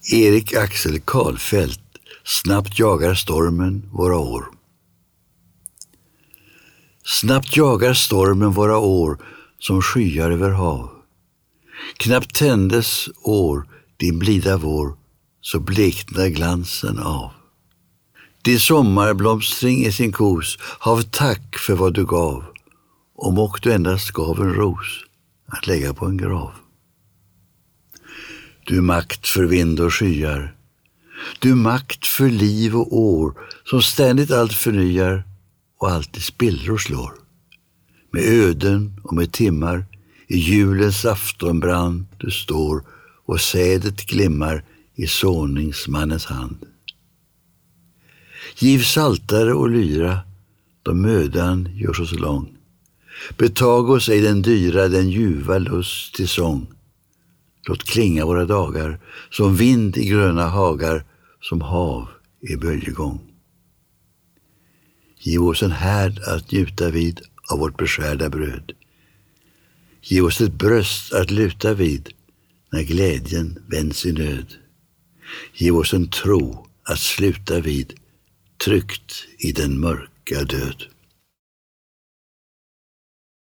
Erik Axel Karlfeldt, snabbt jagar stormen våra år. Snabbt jagar stormen våra år som skyar över hav. Knappt tändes år din blida vår, så bleknar glansen av. Din sommarblomstring i sin kos, hav tack för vad du gav, om och du endast gav en ros att lägga på en grav. Du makt för vind och skyar, du makt för liv och år, som ständigt allt förnyar och alltid spillror slår. Med öden och med timmar i julens aftonbrand du står, och sädet glimmar i såningsmannens hand. Giv saltare och lyra, då mödan görs oss lång. Betag oss ej den dyra, den ljuva lust till sång. Låt klinga våra dagar som vind i gröna hagar, som hav i böljegång. Giv oss en härd att njuta vid av vårt beskärda bröd. Giv oss ett bröst att luta vid när glädjen vänds i nöd. Giv oss en tro att sluta vid, tryggt i den mörka död.